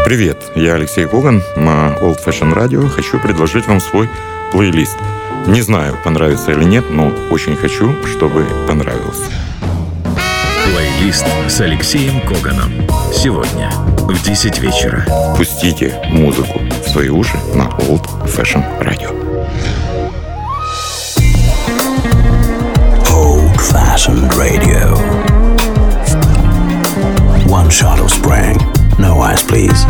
Привет, я Алексей Коган на Old Fashion Radio. Хочу предложить вам свой плейлист. Не знаю, понравится или нет, но очень хочу, чтобы понравилось. Плейлист с Алексеем Коганом. Сегодня в 10 вечера. Пустите музыку в свои уши на Old Fashion Radio. Old Fashion Radio. One shot of spring. No ice, please.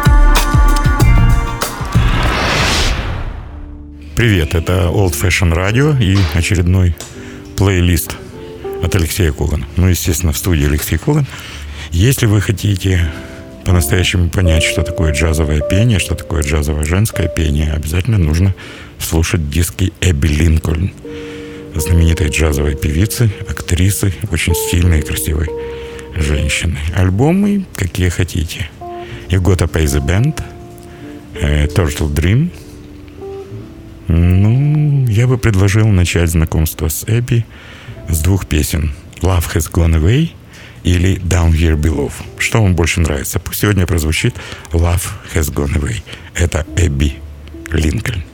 Привет, это Old Fashion Radio и очередной плейлист от Алексея Когана. Ну, естественно, в студии Алексей Коган. Если вы хотите по-настоящему понять, что такое джазовое пение, что такое джазовое женское пение, обязательно нужно слушать диски Эбби Линкольн, знаменитой джазовой певицы, актрисы, очень стильной и красивой женщины. Альбомы какие хотите. You Gotta Pay the Band, Turtle Dream. Ну, я бы предложил начать знакомство с Эбби с двух песен. Love Has Gone Away или Down Here Below. Что вам больше нравится? Пусть сегодня прозвучит Love Has Gone Away. Это Эбби Линкольн.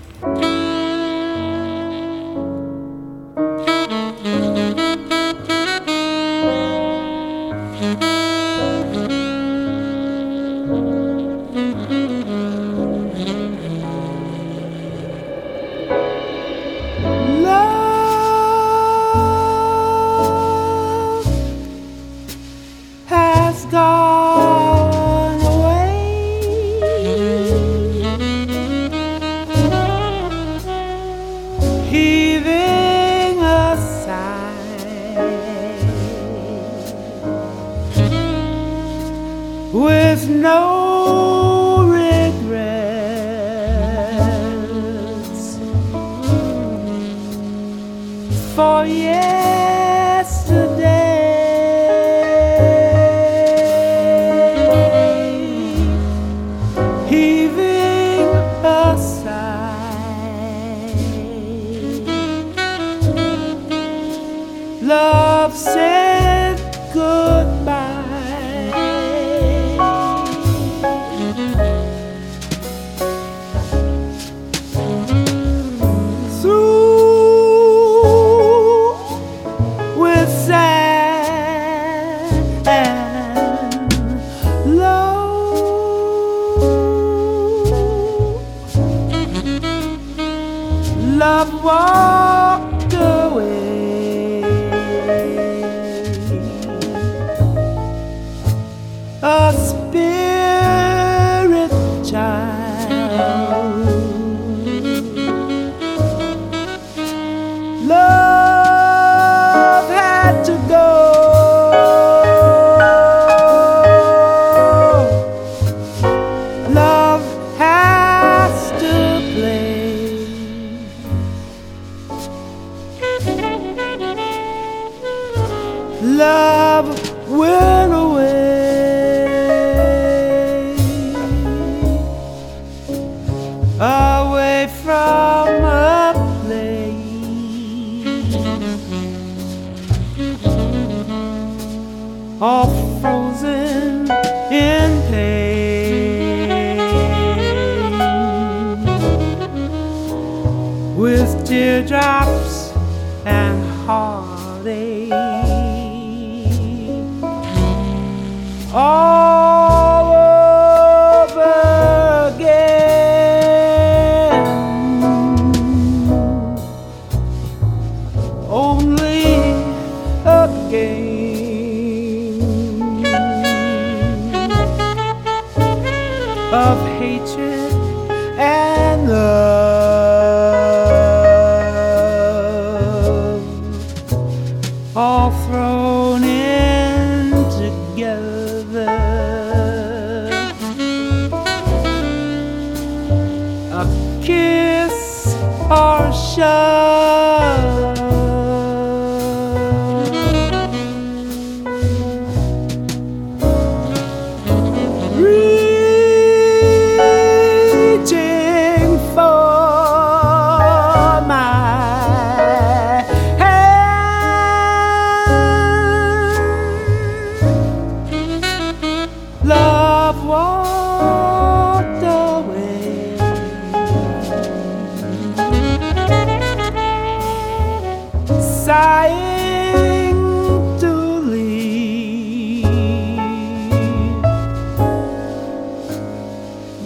Love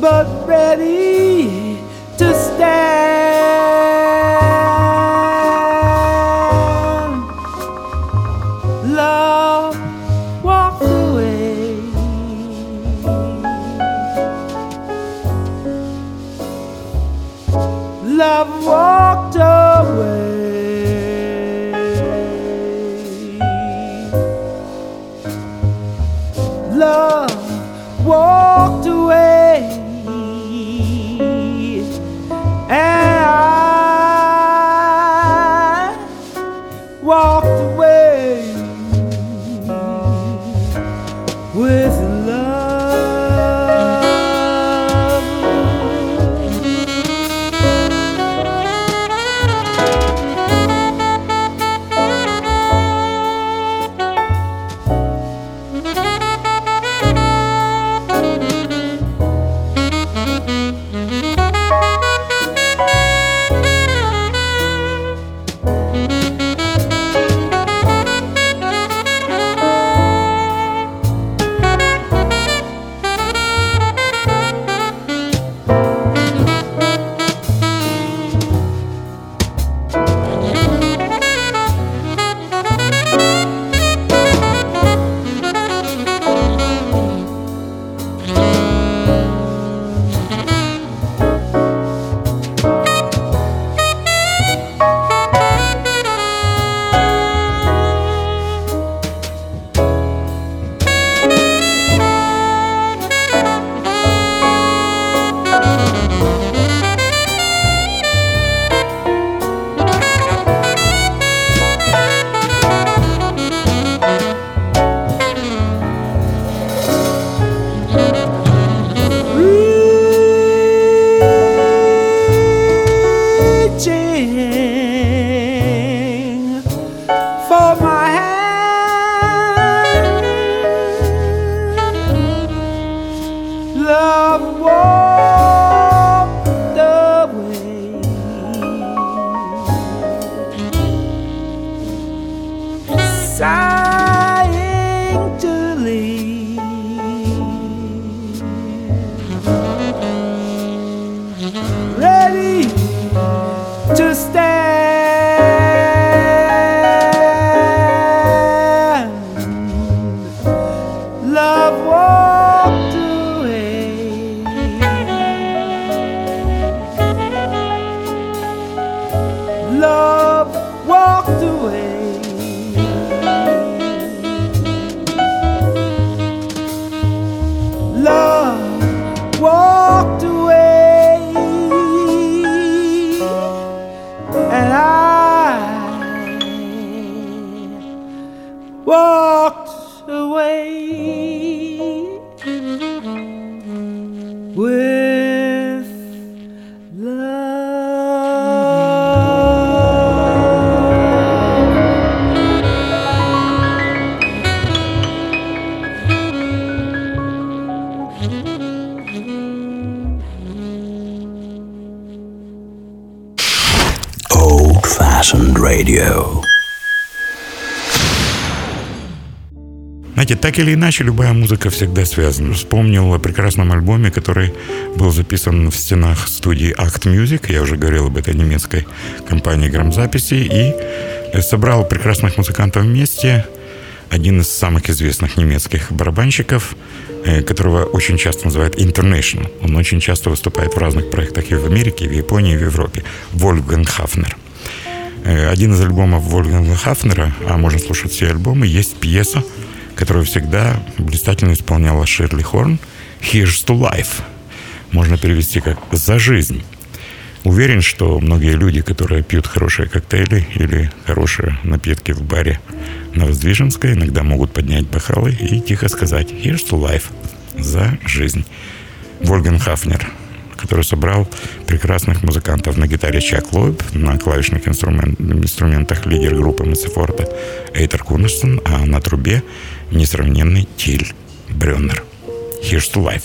but ready to stand. Love walked away. Love walked away. Love walked away, and I walked away with love. Radio. Знаете, так или иначе, любая музыка всегда связана. Вспомнил о прекрасном альбоме, который был записан в стенах студии Act Music. Я уже говорил об этой немецкой компании грамзаписи. И собрал прекрасных музыкантов вместе. Один из самых известных немецких барабанщиков, которого очень часто называют International. Он очень часто выступает в разных проектах и в Америке, и в Японии, и в Европе. Вольфганг Хафнер. Один из альбомов Вольфганга Хафнера, а можно слушать все альбомы, есть пьеса, которую всегда блистательно исполняла Ширли Хорн, «Here's to Life». Можно перевести как «За жизнь». Уверен, что многие люди, которые пьют хорошие коктейли или хорошие напитки в баре на Воздвиженской, иногда могут поднять бокалы и тихо сказать «Here's to life» – «За жизнь». Вольфганг Хафнер, который собрал прекрасных музыкантов на гитаре Чак Лойб, на клавишных инструментах лидер группы Мессефорта Эйтер Кунерсон, а на трубе несравненный Тиль Брённер. «Here's to life».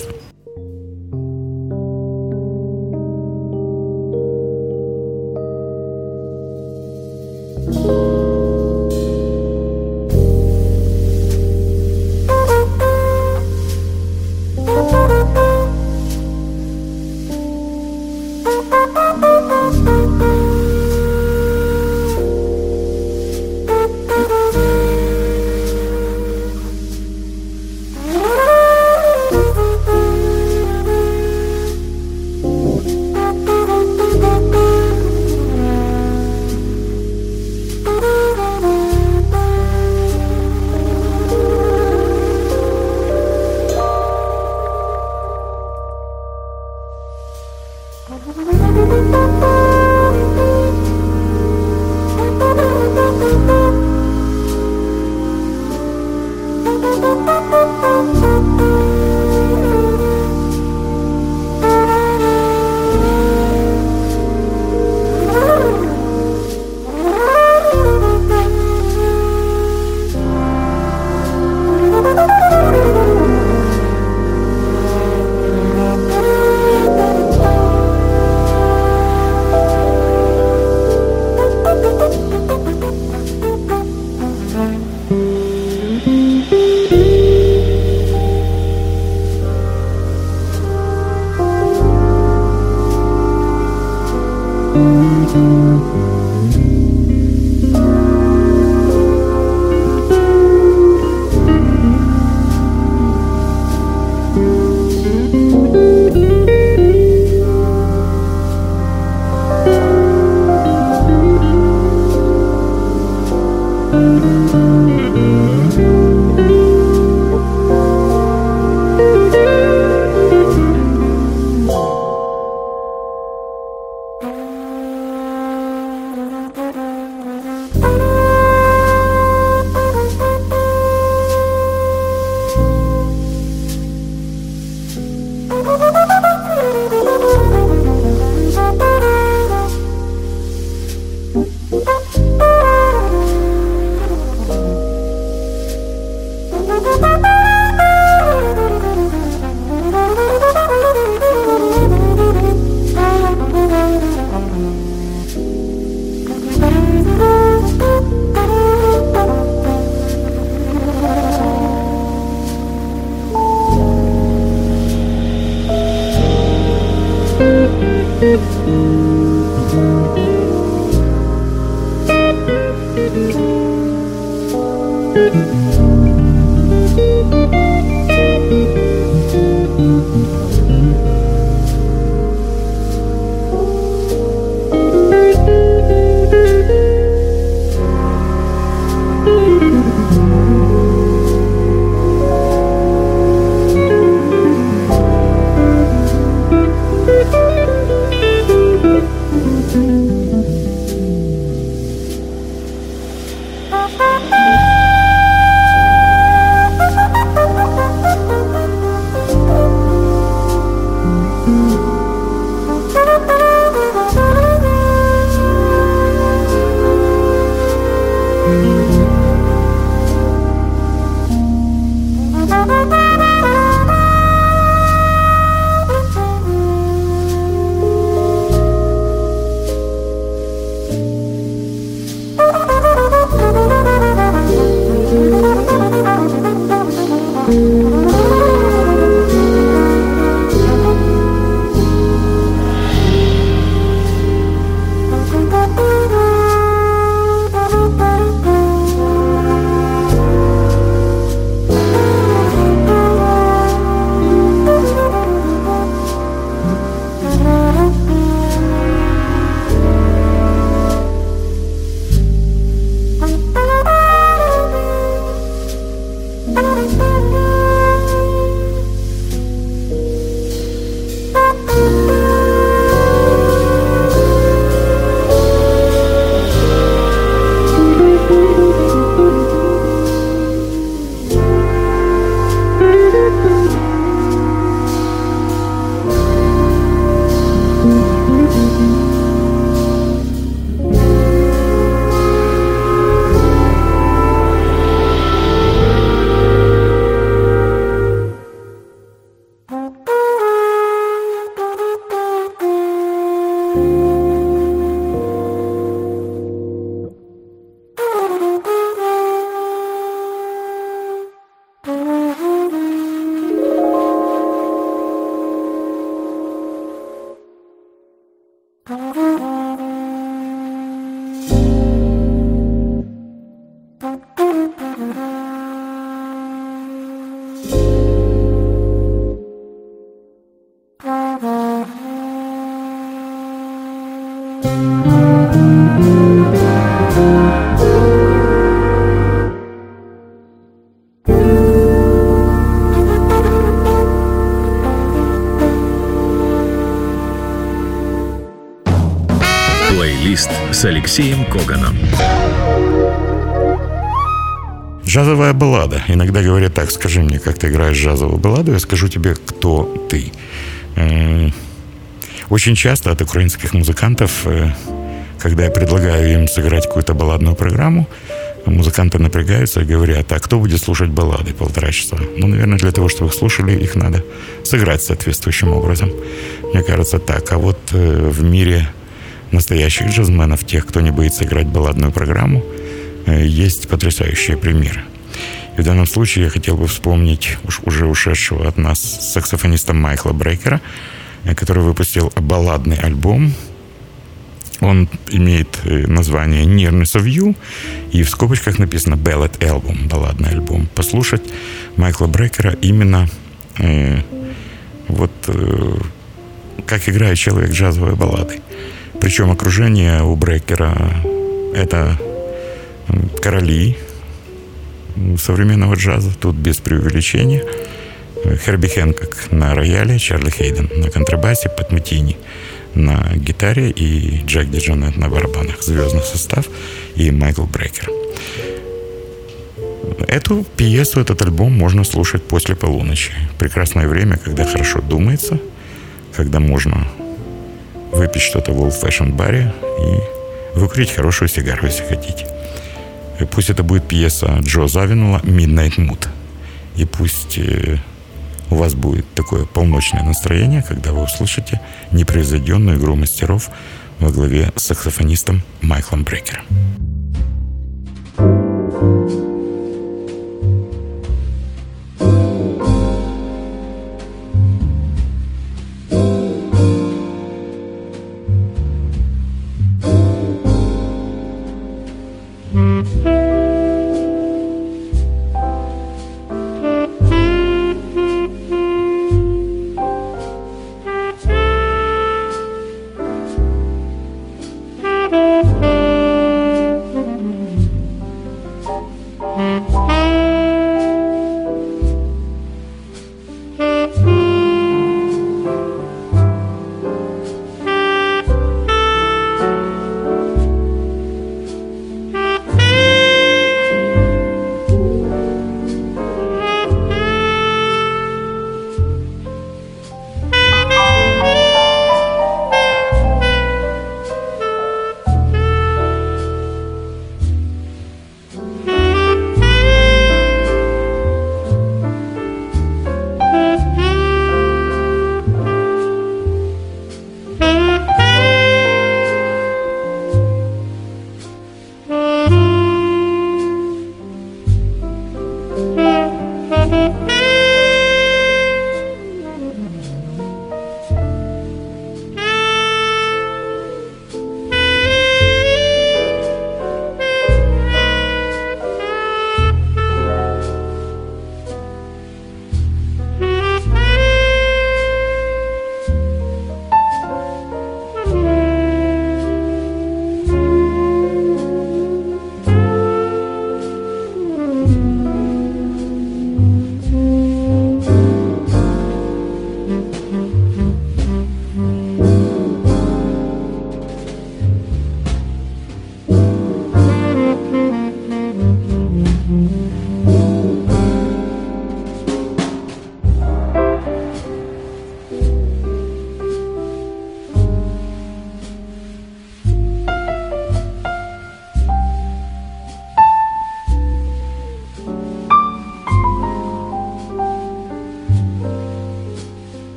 Плейлист с Алексеем Коганом. Джазовая баллада. Иногда говорят так: скажи мне, как ты играешь джазовую балладу, я скажу тебе, кто ты. Очень часто от украинских музыкантов, когда я предлагаю им сыграть какую-то балладную программу, музыканты напрягаются и говорят: а кто будет слушать баллады 1,5 часа? Ну, наверное, для того, чтобы их слушали, их надо сыграть соответствующим образом. Мне кажется так. А вот в мире настоящих джазменов, тех, кто не боится играть балладную программу, есть потрясающие примеры. И в данном случае я хотел бы вспомнить уже ушедшего от нас саксофониста Майкла Брейкера, который выпустил балладный альбом Он имеет название Nearness of You, и в скобочках написано Ballad Album, балладный альбом. Послушать Майкла Брекера именно как играет человек джазовые баллады. Причем окружение у Брекера — это короли современного джаза, тут без преувеличения. Херби Хэнкок на рояле, Чарли Хейден на контрабасе, Пэт Метини на гитаре и Джек Диджонет на барабанах. Звездный состав и Майкл Брекер. Эту пьесу, этот альбом можно слушать после полуночи. Прекрасное время, когда хорошо думается, когда можно выпить что-то в олд-фэшн баре и выкурить хорошую сигару, если хотите. И пусть это будет пьеса Джо Завинула «Midnight Mood». И пусть у вас будет такое полночное настроение, когда вы услышите непревзойденную игру мастеров во главе с саксофонистом Майклом Брекером.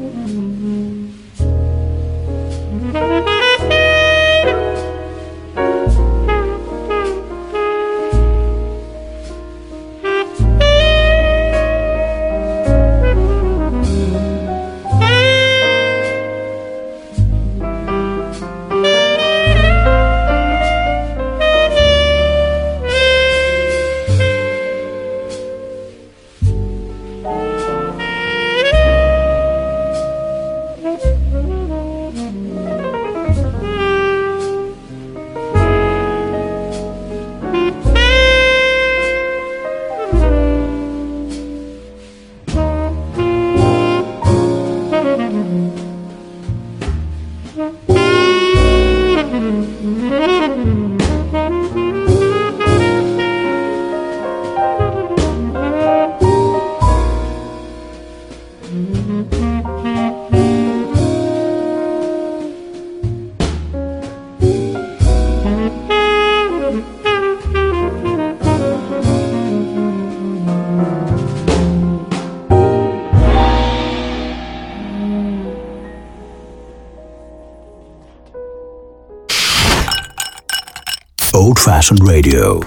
Old-fashioned radio.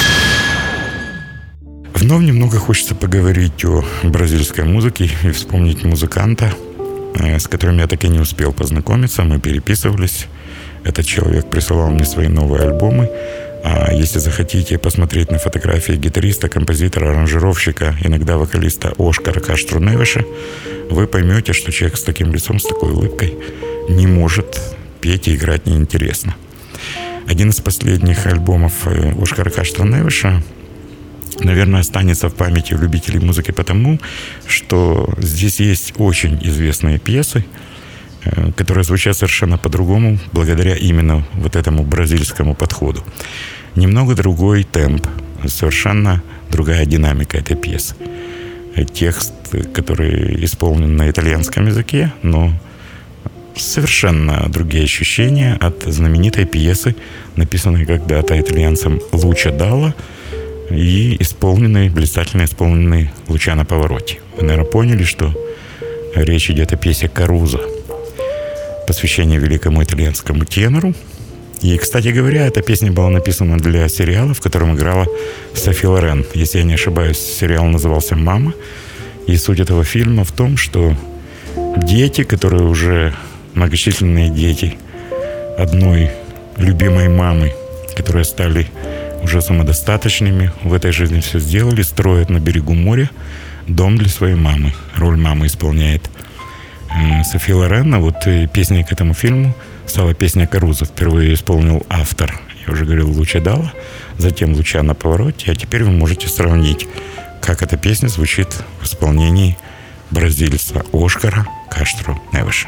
Вновь немного хочется поговорить о бразильской музыке и вспомнить музыканта, с которым я так и не успел познакомиться. Мы переписывались. Этот человек присылал мне свои новые альбомы. А если захотите посмотреть на фотографии гитариста, композитора, аранжировщика, иногда вокалиста Оскара Каштру Невиша, вы поймете, что человек с таким лицом, с такой улыбкой не может петь и играть неинтересно. Один из последних альбомов Оскара Каштру Невиша, наверное, останется в памяти любителей музыки потому, что здесь есть очень известные пьесы, которые звучат совершенно по-другому, благодаря именно вот этому бразильскому подходу. Немного другой темп, совершенно другая динамика этой пьесы. Текст, который исполнен на итальянском языке, но совершенно другие ощущения от знаменитой пьесы, написанной когда-то итальянцем Лучо Далло и блистательно исполненной Лучано Паваротти. Вы, наверное, поняли, что речь идет о пьесе «Карузо», посвящение великому итальянскому тенору. И, кстати говоря, эта песня была написана для сериала, в котором играла Софи Лорен. Если я не ошибаюсь, сериал назывался «Мама». И суть этого фильма в том, что дети, которые уже многочисленные дети одной любимой мамы, которые стали уже самодостаточными, в этой жизни все сделали, строят на берегу моря дом для своей мамы. Роль мамы исполняет Софи Лорен. А вот песней к этому фильму стала песня «Карузо». Впервые исполнил автор, я уже говорил, Лучо Далло, затем Лучано Паваротти. А теперь вы можете сравнить, как эта песня звучит в исполнении бразильца Оскара Каштру Невиша.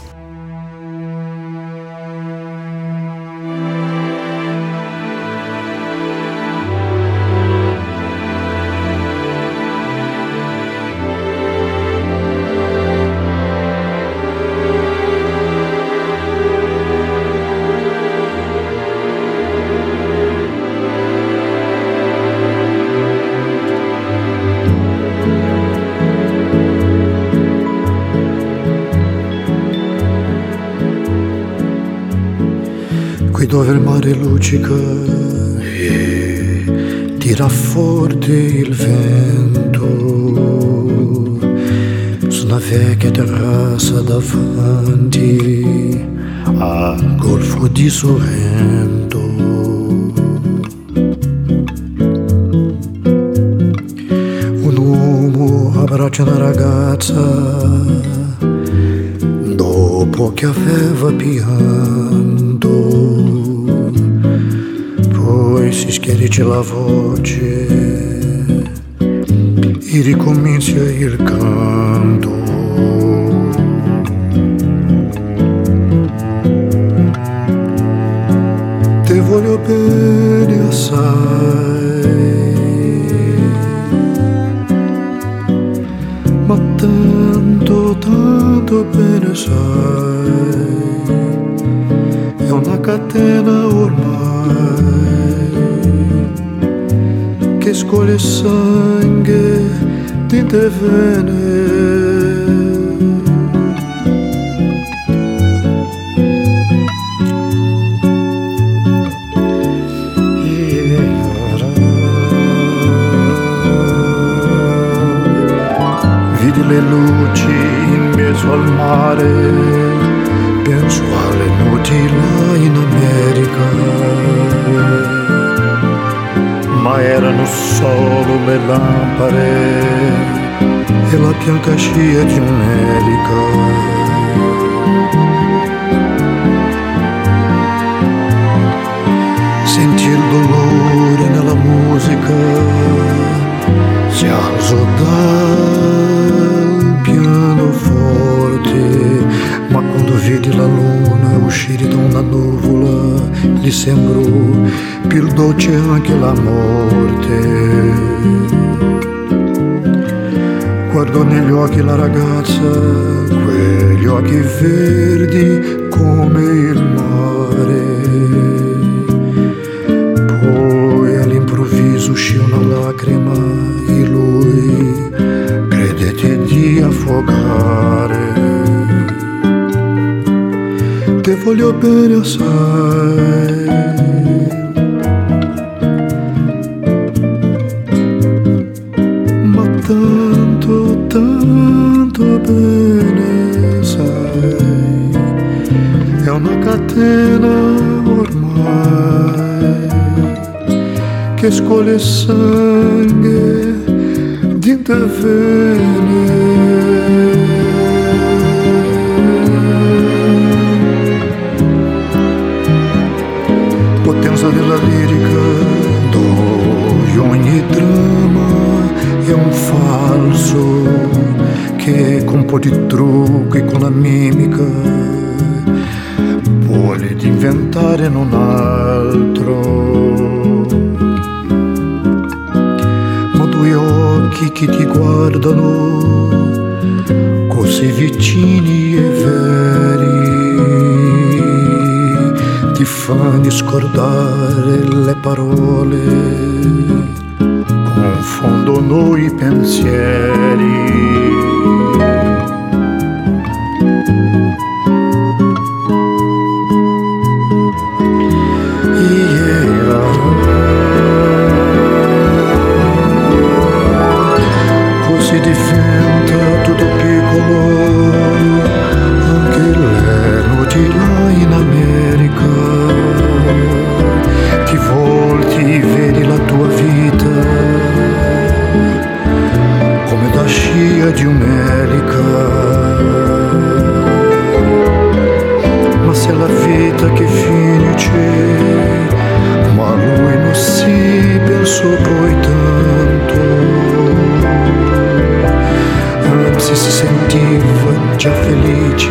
Qui dove il mare luccica e tira forte il vento, su una vecchia terrazza davanti al golfo di Sorrento. Un uomo abbraccia una ragazza dopo che aveva pianto, poi si schiarisce la voce e ricomincia il canto. Te voglio bene assai, ma tanto bene sai, è una catena ormai che scuole sangue di te vene. oggi in mezzo al mare, penso alle notti là in America, ma erano solo le lampade e la bianca scia di un'elica. Senti il dolore nella musica, si alzò dal pianoforte, ma quando vidi la luna uscire da una nuvola, gli sembrò più dolce anche la morte. Guardò negli occhi la ragazza, quegli occhi verdi come il mare. Poi all'improvviso uscì una lacrima e lui credette di affogare. Te voglio bene assai, ma tanto, tanto bene sai, è una catena ormai che scuole il sangue di te vene. Potenza della lirica, dove ogni dramma è un falso che con un po' di trucco e con la mimica vuole diventare non altro. Ma due occhi che ti guardano così vicini e veri ti fanno scordare le parole, confondono i pensieri. Così diventa tutto piccolo, anche le notti là in America. Ti volti, vedi la tua vita come da scia di un'elica. Ma se la vita che finisce, ma lui non si pensò poi tanto, anzi si sentiva già felice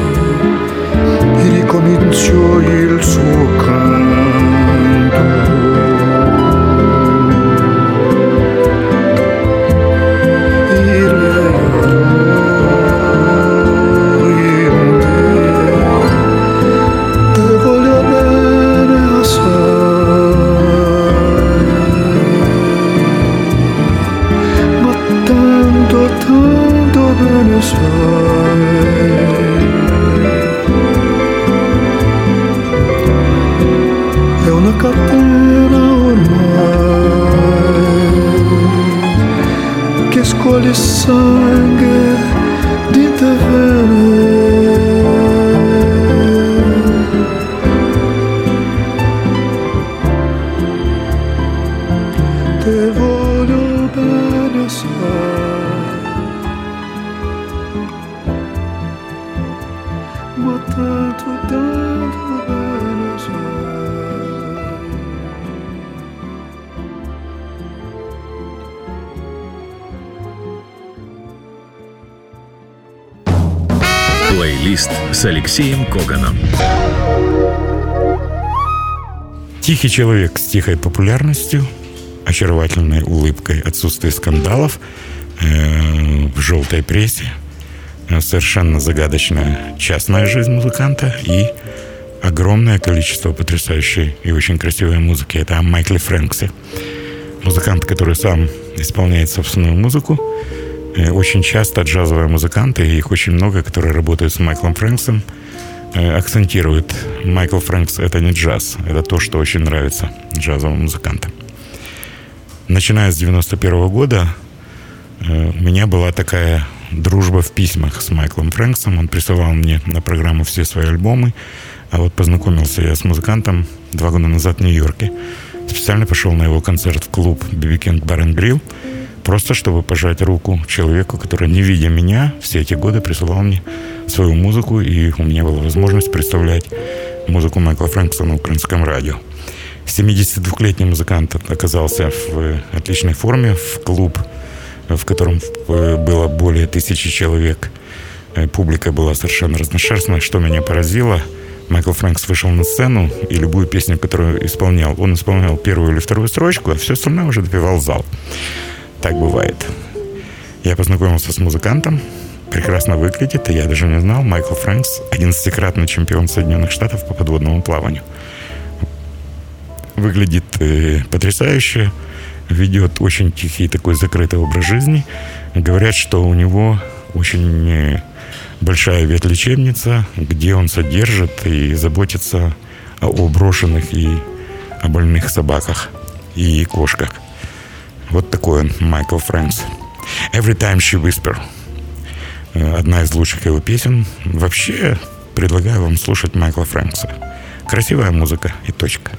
e ricominciò il suo canto. E lei te voglio bene assai, ma tanto, tanto bene sai, è una catena ormai che scuole il sangue di te vene. Te voglio bene assai, ma tanto, tanto bene sai. Плейлист с Алексеем Коганом. Тихий человек с тихой популярностью, очаровательной улыбкой, отсутствие скандалов в желтой прессе, совершенно загадочная частная жизнь музыканта и огромное количество потрясающей и очень красивой музыки. Это о Майкле Фрэнксе. Музыкант, который сам исполняет собственную музыку. Очень часто джазовые музыканты, и их очень много, которые работают с Майклом Фрэнксом, акцентируют: Майкл Фрэнкс — это не джаз, это то, что очень нравится джазовым музыкантам. Начиная с 91 года у меня была такая дружба в письмах с Майклом Фрэнксом. Он присылал мне на программу все свои альбомы. А вот познакомился я с музыкантом 2 года назад в Нью-Йорке. Специально пошел на его концерт в клуб BB King Bar and Grill, просто чтобы пожать руку человеку, который, не видя меня, все эти годы присылал мне свою музыку, и у меня была возможность представлять музыку Майкла Фрэнкса на украинском радио. 72-летний музыкант оказался в отличной форме, в клуб, в котором было более 1000 человек. Публика была совершенно разношерстная. Что меня поразило, Майкл Фрэнкс вышел на сцену, и любую песню, которую исполнял, он исполнял первую или вторую строчку, а все остальное уже допевал зал. Так бывает. Я познакомился с музыкантом, прекрасно выглядит, и я даже не знал, Майкл Фрэнкс — 11-кратный чемпион Соединенных Штатов по подводному плаванию. Выглядит потрясающе, ведет очень тихий такой закрытый образ жизни. Говорят, что у него очень большая ветлечебница, где он содержит и заботится о брошенных и о больных собаках и кошках. Вот такой он, Майкл Фрэнкс. «Every Time She Whisper». Одна из лучших его песен. Вообще, предлагаю вам слушать Майкла Фрэнкса. Красивая музыка и точка.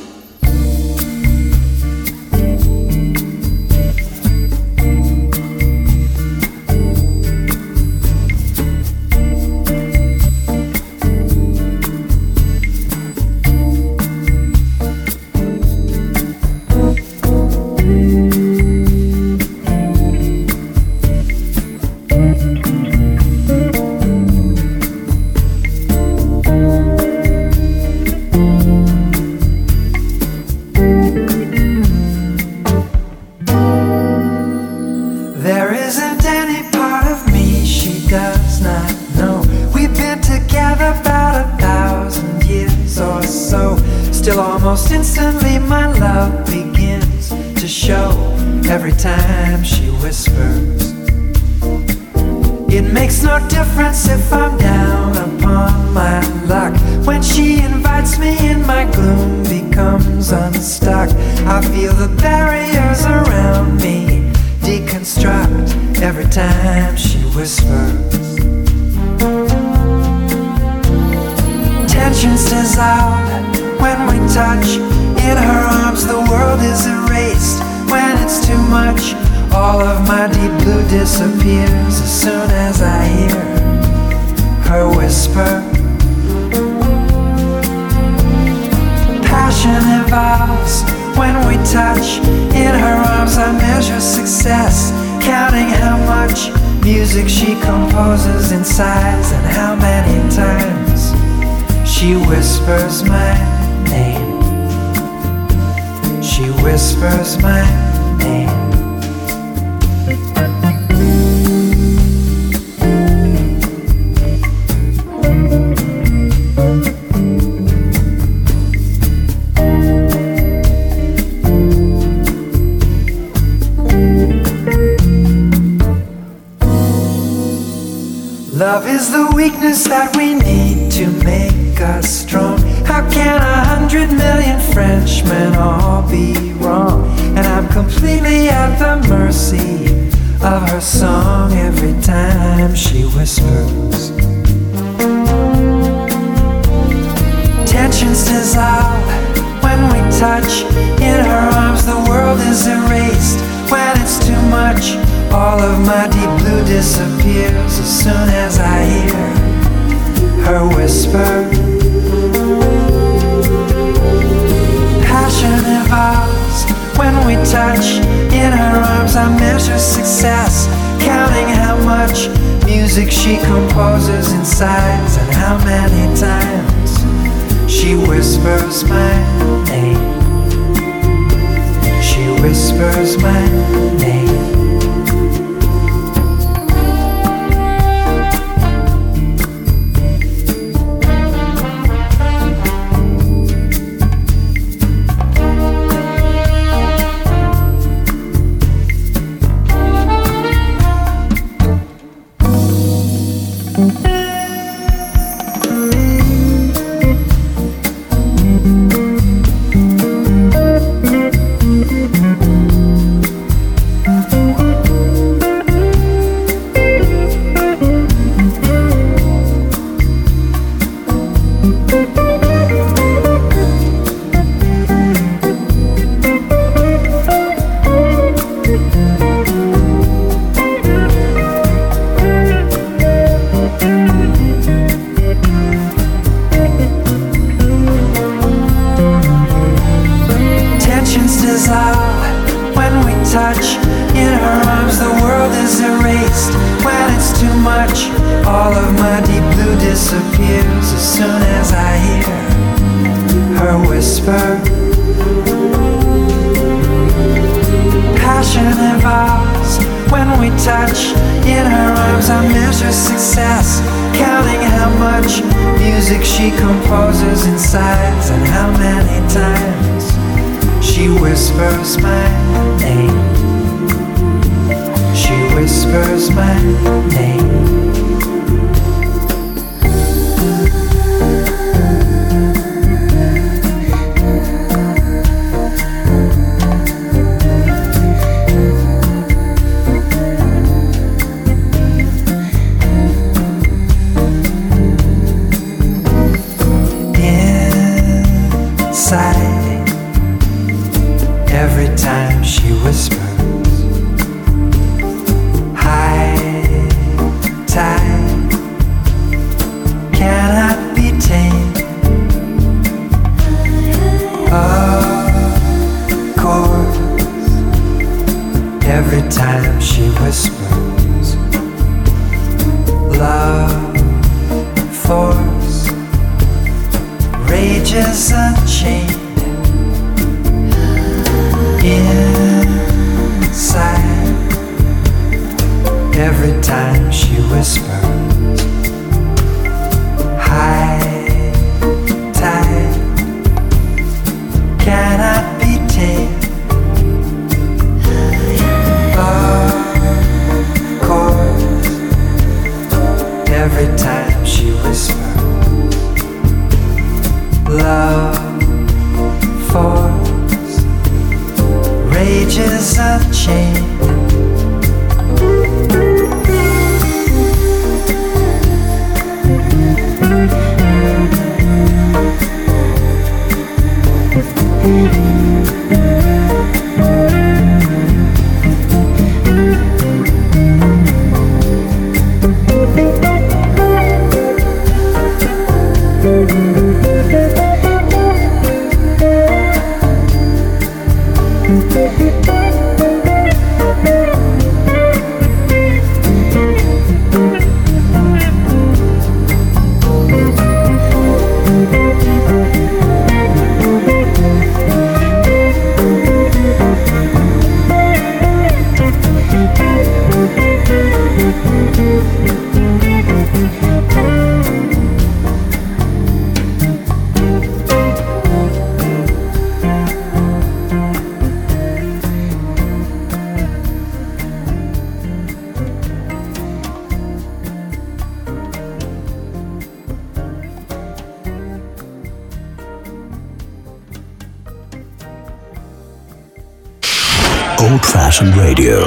Almost instantly my love begins to show every time she whispers. It makes no difference if I'm down upon my luck. When she invites me in, my gloom becomes unstuck. I feel the barriers around me deconstruct every time she whispers. Tensions dissolve when we touch. In her arms the world is erased. When it's too much, all of my deep blue disappears as soon as I hear her whisper. Passion evolves when we touch. In her arms I measure success, counting how much music she composes in sighs and how many times she whispers my name. She whispers my name. Love is the weakness that we need to make us strong. How can 100 million Frenchmen all be wrong? And I'm completely at the mercy of her song every time she whispers. Tensions dissolve when we touch. In her arms the world is erased. When it's too much, all of my deep blue disappears as soon as I hear her whisper. Passion evolves when we touch. In her arms I measure success, counting how much music she composes in sighs and how many times she whispers my name. She whispers my name. much all of my deep blue disappears as soon as I hear her whisper. Passion evolves when we touch. In her arms I measure success, counting how much music she composes in sighs and how many times she whispers my name. She whispers my name. Every time she whispers, high tide cannot be tamed. Of course, every time she whispers, love force rages unchained. Inside, every time she whispers, high tide cannot be tamed. Of course, every time she whispers, love force rages unchained. Old-fashioned radio.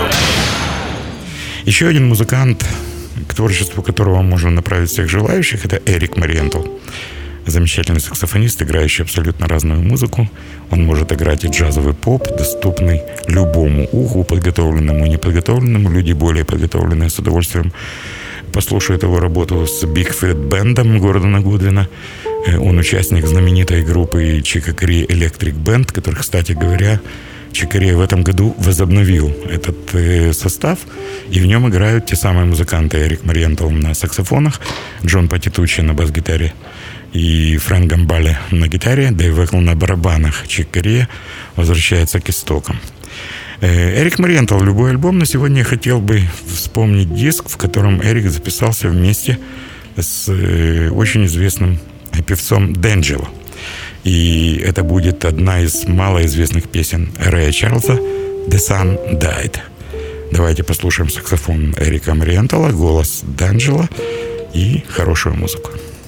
Еще один музыкант, к творчеству которого можно направить всех желающих, это Эрик Мариентл. Замечательный саксофонист, играющий абсолютно разную музыку. Он может играть и джазовый поп, доступный любому уху, подготовленному и неподготовленному. Люди более подготовленные с удовольствием послушают его работу с Big Fat Band'ом Гордона Гудвина. Он участник знаменитой группы Chick Corea Electric Band, который, кстати говоря, Chick Corea в этом году возобновил этот состав, и в нем играют те самые музыканты: Эрик Мариентл на саксофонах, Джон Патитуччи на бас-гитаре и Фрэнк Гамбали на гитаре, Дэйв Экл на барабанах. Chick Corea возвращается к истокам. Эрик Мариентл, любой альбом, но сегодня я хотел бы вспомнить диск, в котором Эрик записался вместе с очень известным певцом D'Angelo. И это будет одна из малоизвестных песен Рэя Чарльза «The Sun Died». Давайте послушаем саксофон Эрика Мариентла, голос D'Angelo и хорошую музыку.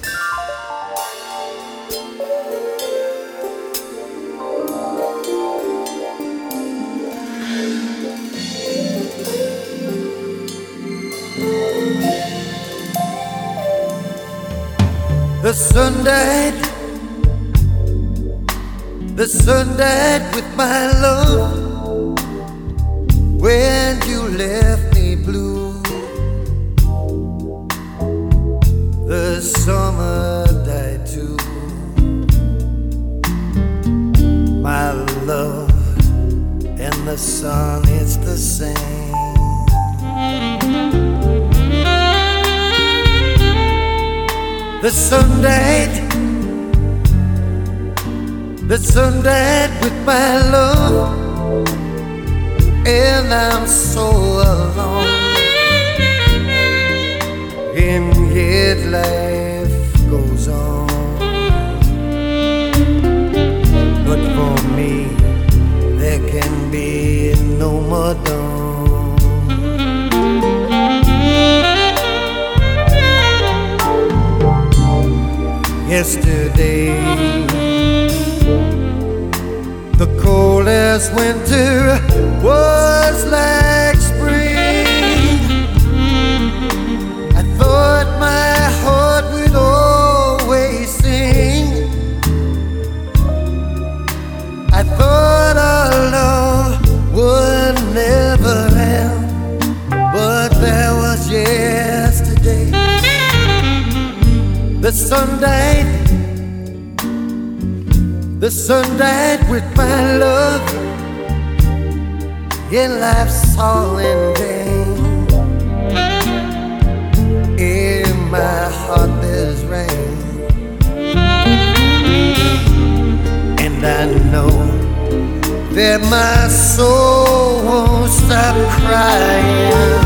The sun died. The sun died with my love when you left me blue. The summer died too. My love and the sun, it's the same. The sun died with my love, and I'm so alone. And yet life goes on. But for me, there can be no more dawn. Yesterday, the coldest winter was like spring. I thought my heart would always sing. I thought our love would never end, but there was yesterday. The sun died. The sun died with my love. Yeah, life's all in vain. In my heart there's rain, and I know that my soul won't stop crying.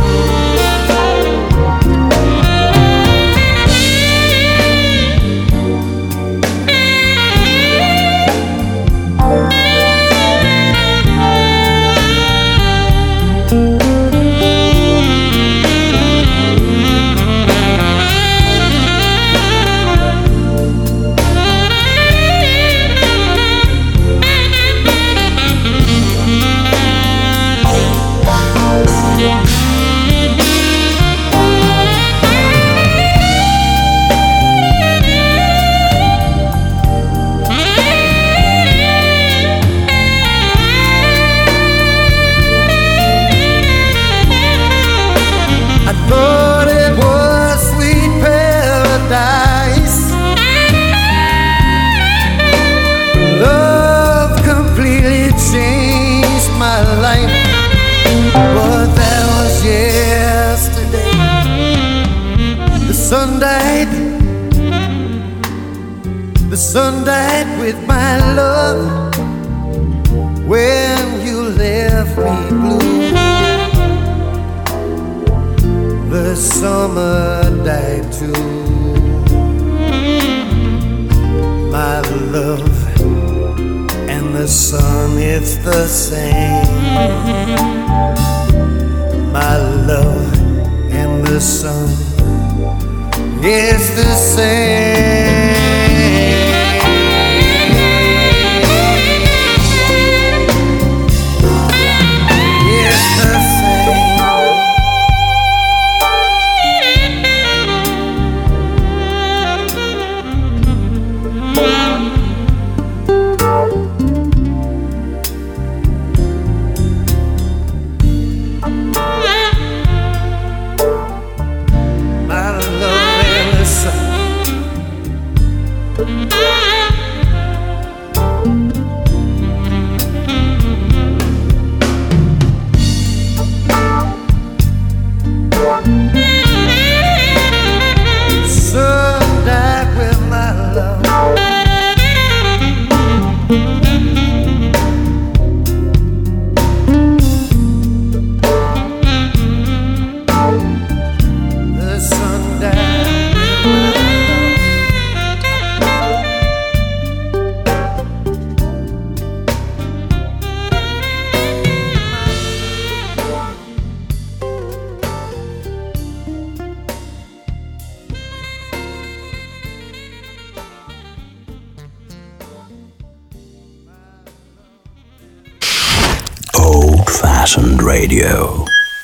The sun died with my love when you left me blue. The summer died too. My love and the sun, it's the same. My love and the sun, it's the same. Radio.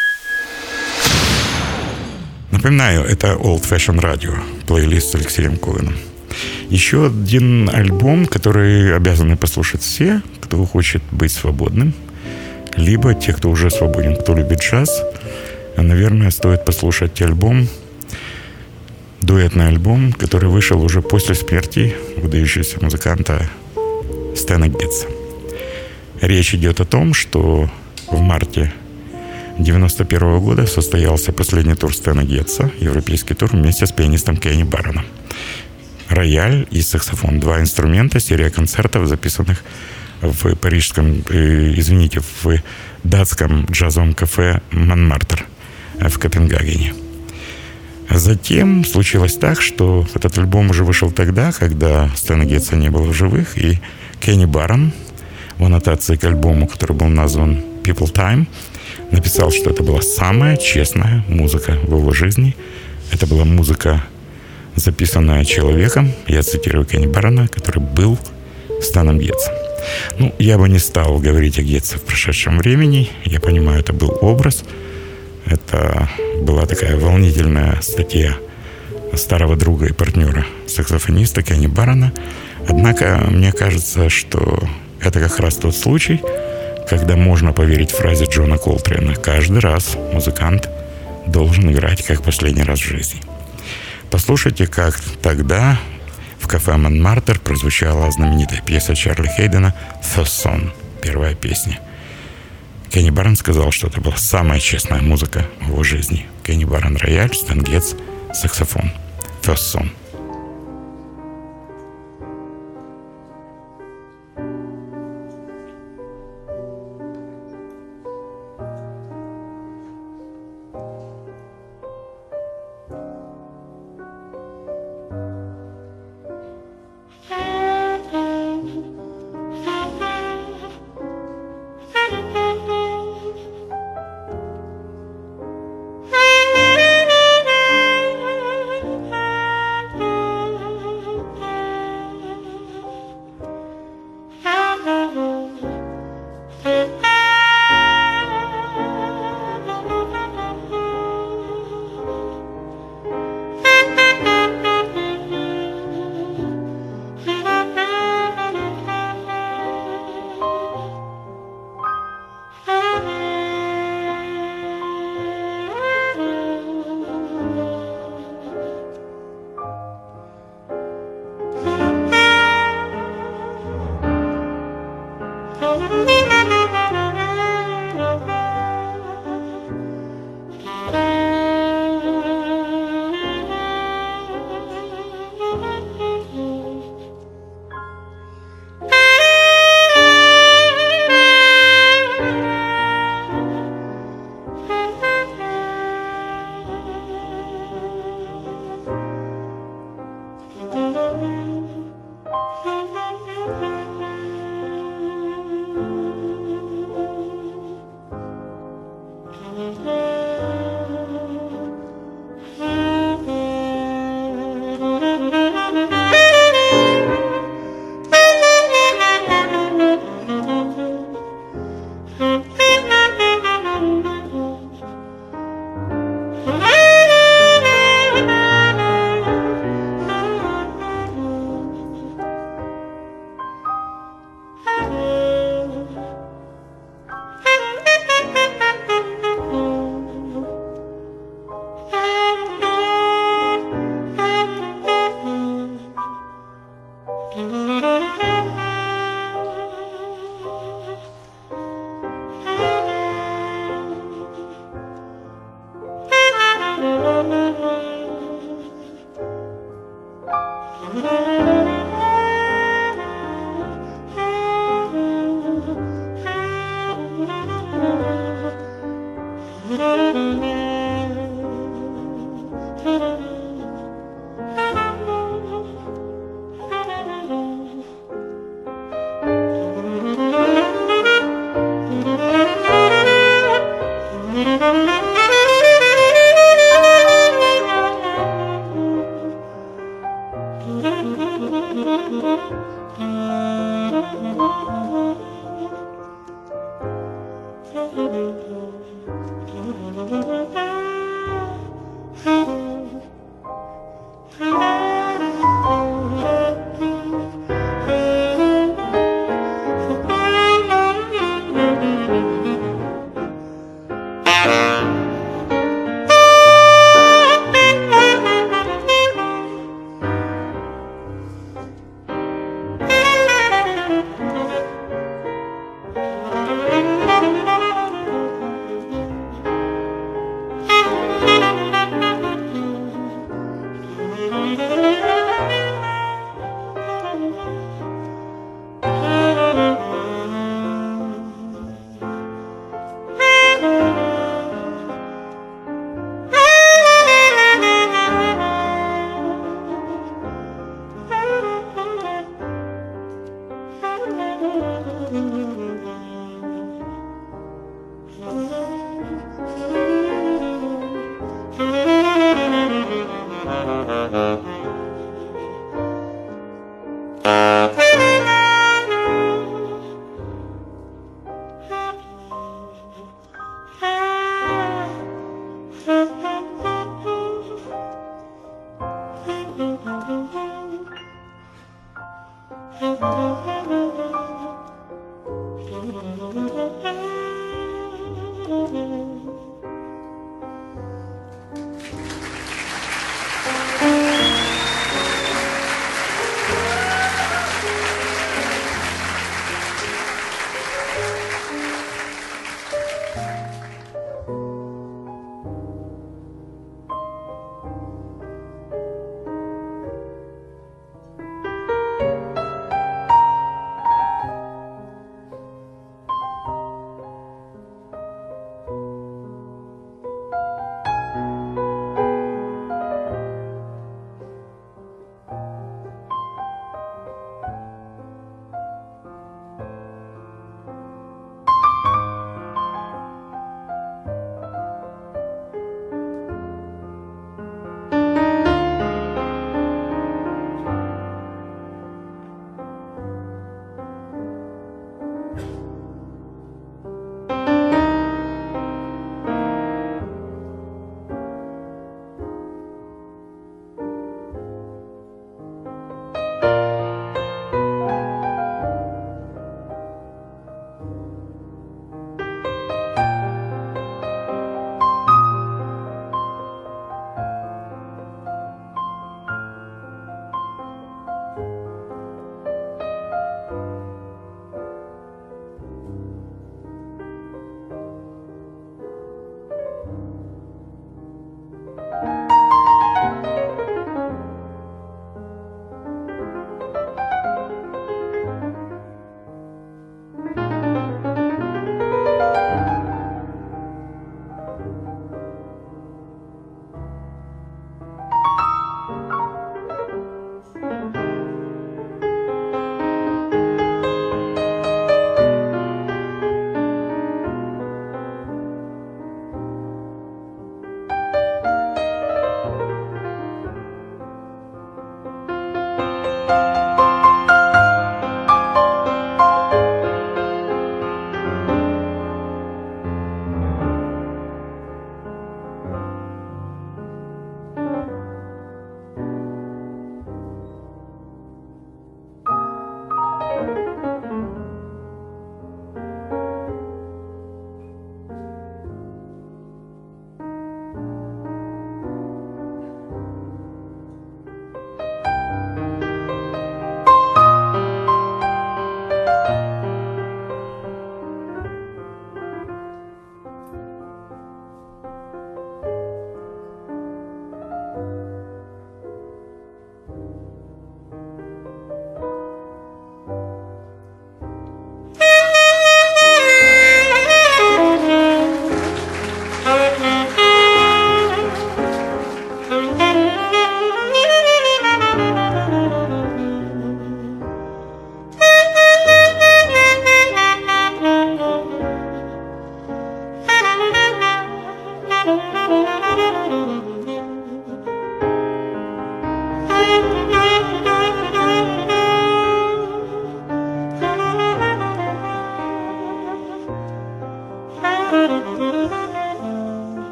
Напоминаю, это Old Fashion Radio, плейлист с Алексеем Коганом. Еще один альбом, который обязаны послушать все, кто хочет быть свободным, либо те, кто уже свободен, кто любит джаз. Наверное, стоит послушать альбом, дуэтный альбом, который вышел уже после смерти выдающегося музыканта Стэна Гетца. Речь идет о том, что в марте 1991 года состоялся последний тур Стэна Гетца, европейский тур, вместе с пианистом Кенни Барроном. рояль и саксофон. 2 инструмента, серия концертов, записанных в парижском, в датском джазовом кафе «Монмартр» в Копенгагене. Затем случилось так, что этот альбом уже вышел тогда, когда Стэна Гетца не было в живых, и Кенни Баррон, в аннотации к альбому, который был назван «People Time», написал, что это была самая честная музыка в его жизни. Это была музыка, записанная человеком, я цитирую Кенни Баррона, который был Стэном Гетцем. Ну, я бы не стал говорить о Гетце в прошедшем времени. Я понимаю, это был образ. Это была такая волнительная статья старого друга и партнера саксофониста Кенни Баррона. Однако мне кажется, что это как раз тот случай, когда можно поверить фразе Джона Колтрейна: каждый раз музыкант должен играть как последний раз в жизни. Послушайте, как тогда в кафе «Монмартр» прозвучала знаменитая пьеса Чарли Хейдена «First Song», первая песня. Кенни Баррон сказал, что это была самая честная музыка в его жизни. Кенни Баррон — рояль, Стэн Гетц — саксофон. «First Song».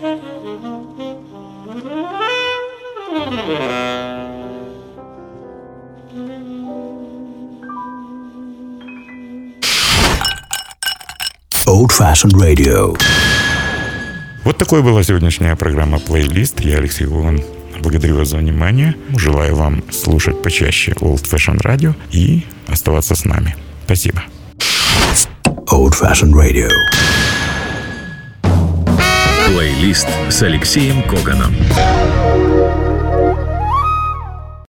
Old-fashioned radio. Вот такой была сегодняшняя программа «Плейлист». Я Алексей Коган. Благодарю вас за внимание. Желаю вам слушать почаще Old Fashion Radio и оставаться с нами. Спасибо. Old-fashioned radio. Плейлист с Алексеем Коганом.